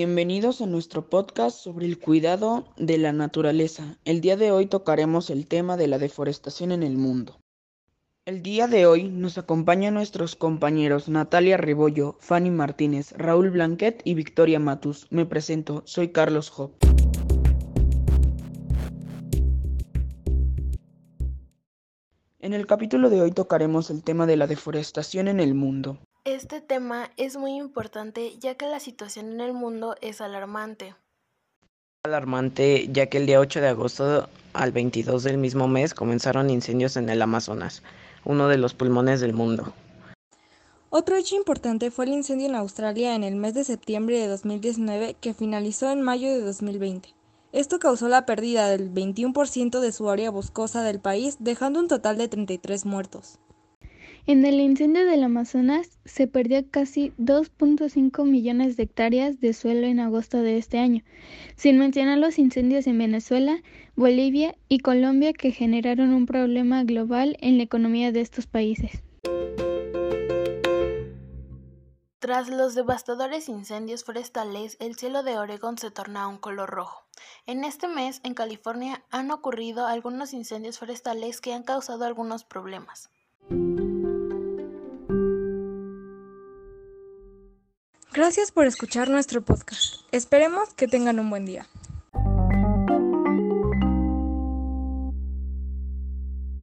Bienvenidos a nuestro podcast sobre el cuidado de la naturaleza. El día de hoy tocaremos el tema de la deforestación en el mundo. El día de hoy nos acompañan nuestros compañeros Natalia Rebollo, Fanny Martínez, Raúl Blanquet y Victoria Matus. Me presento, soy Carlos Job. En el capítulo de hoy tocaremos el tema de la deforestación en el mundo. Este tema es muy importante ya que la situación en el mundo es alarmante. Alarmante ya que el día 8 de agosto al 22 del mismo mes comenzaron incendios en el Amazonas, uno de los pulmones del mundo. Otro hecho importante fue el incendio en Australia en el mes de septiembre de 2019 que finalizó en mayo de 2020. Esto causó la pérdida del 21% de su área boscosa del país, dejando un total de 33 muertos. En el incendio del Amazonas se perdió casi 2.5 millones de hectáreas de suelo en agosto de este año, sin mencionar los incendios en Venezuela, Bolivia y Colombia que generaron un problema global en la economía de estos países. Tras los devastadores incendios forestales, el cielo de Oregón se torna a un color rojo. En este mes, en California, han ocurrido algunos incendios forestales que han causado algunos problemas. Gracias por escuchar nuestro podcast. Esperemos que tengan un buen día.